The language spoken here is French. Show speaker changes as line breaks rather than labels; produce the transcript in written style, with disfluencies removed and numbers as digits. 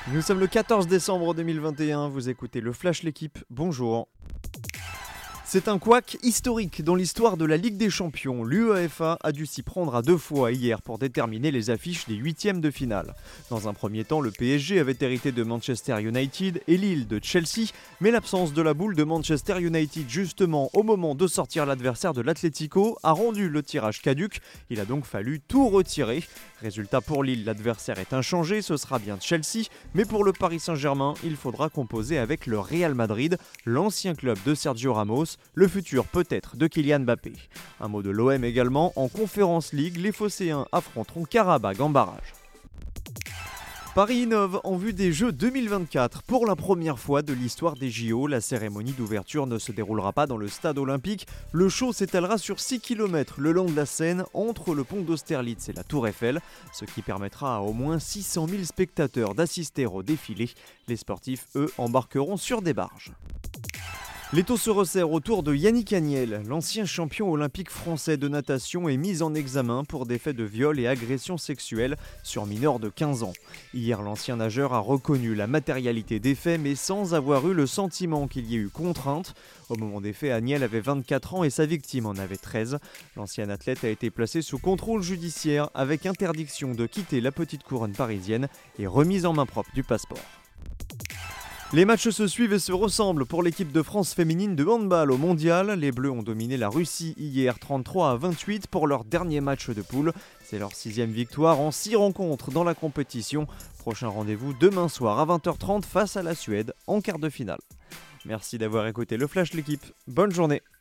Nous sommes le 14 décembre 2021, vous écoutez le Flash L'équipe, bonjour. C'est un couac historique dans l'histoire de la Ligue des Champions. L'UEFA a dû s'y prendre à 2 fois hier pour déterminer les affiches des huitièmes de finale. Dans un premier temps, le PSG avait hérité de Manchester United et Lille de Chelsea, mais l'absence de la boule de Manchester United justement au moment de sortir l'adversaire de l'Atlético a rendu le tirage caduc. Il a donc fallu tout retirer. Résultat pour Lille, l'adversaire est inchangé, ce sera bien Chelsea, mais pour le Paris Saint-Germain, il faudra composer avec le Real Madrid, l'ancien club de Sergio Ramos, le futur peut-être de Kylian Mbappé. Un mot de l'OM également, en Conference League, les Phocéens affronteront Karabag en barrage. Paris innove en vue des Jeux 2024. Pour la première fois de l'histoire des JO, la cérémonie d'ouverture ne se déroulera pas dans le stade olympique. Le show s'étalera sur 6 km le long de la Seine, entre le pont d'Austerlitz et la Tour Eiffel, ce qui permettra à au moins 600 000 spectateurs d'assister au défilé. Les sportifs, eux, embarqueront sur des barges. L'étau se resserre autour de Yannick Agnel. L'ancien champion olympique français de natation est mis en examen pour des faits de viol et agression sexuelle sur mineurs de 15 ans. Hier, l'ancien nageur a reconnu la matérialité des faits, mais sans avoir eu le sentiment qu'il y ait eu contrainte. Au moment des faits, Agnel avait 24 ans et sa victime en avait 13. L'ancien athlète a été placé sous contrôle judiciaire avec interdiction de quitter la petite couronne parisienne et remise en main propre du passeport. Les matchs se suivent et se ressemblent pour l'équipe de France féminine de handball au mondial. Les Bleus ont dominé la Russie hier 33-28 pour leur dernier match de poule. C'est leur 6e victoire en 6 rencontres dans la compétition. Prochain rendez-vous demain soir à 20h30 face à la Suède en quart de finale. Merci d'avoir écouté le Flash L'équipe. Bonne journée.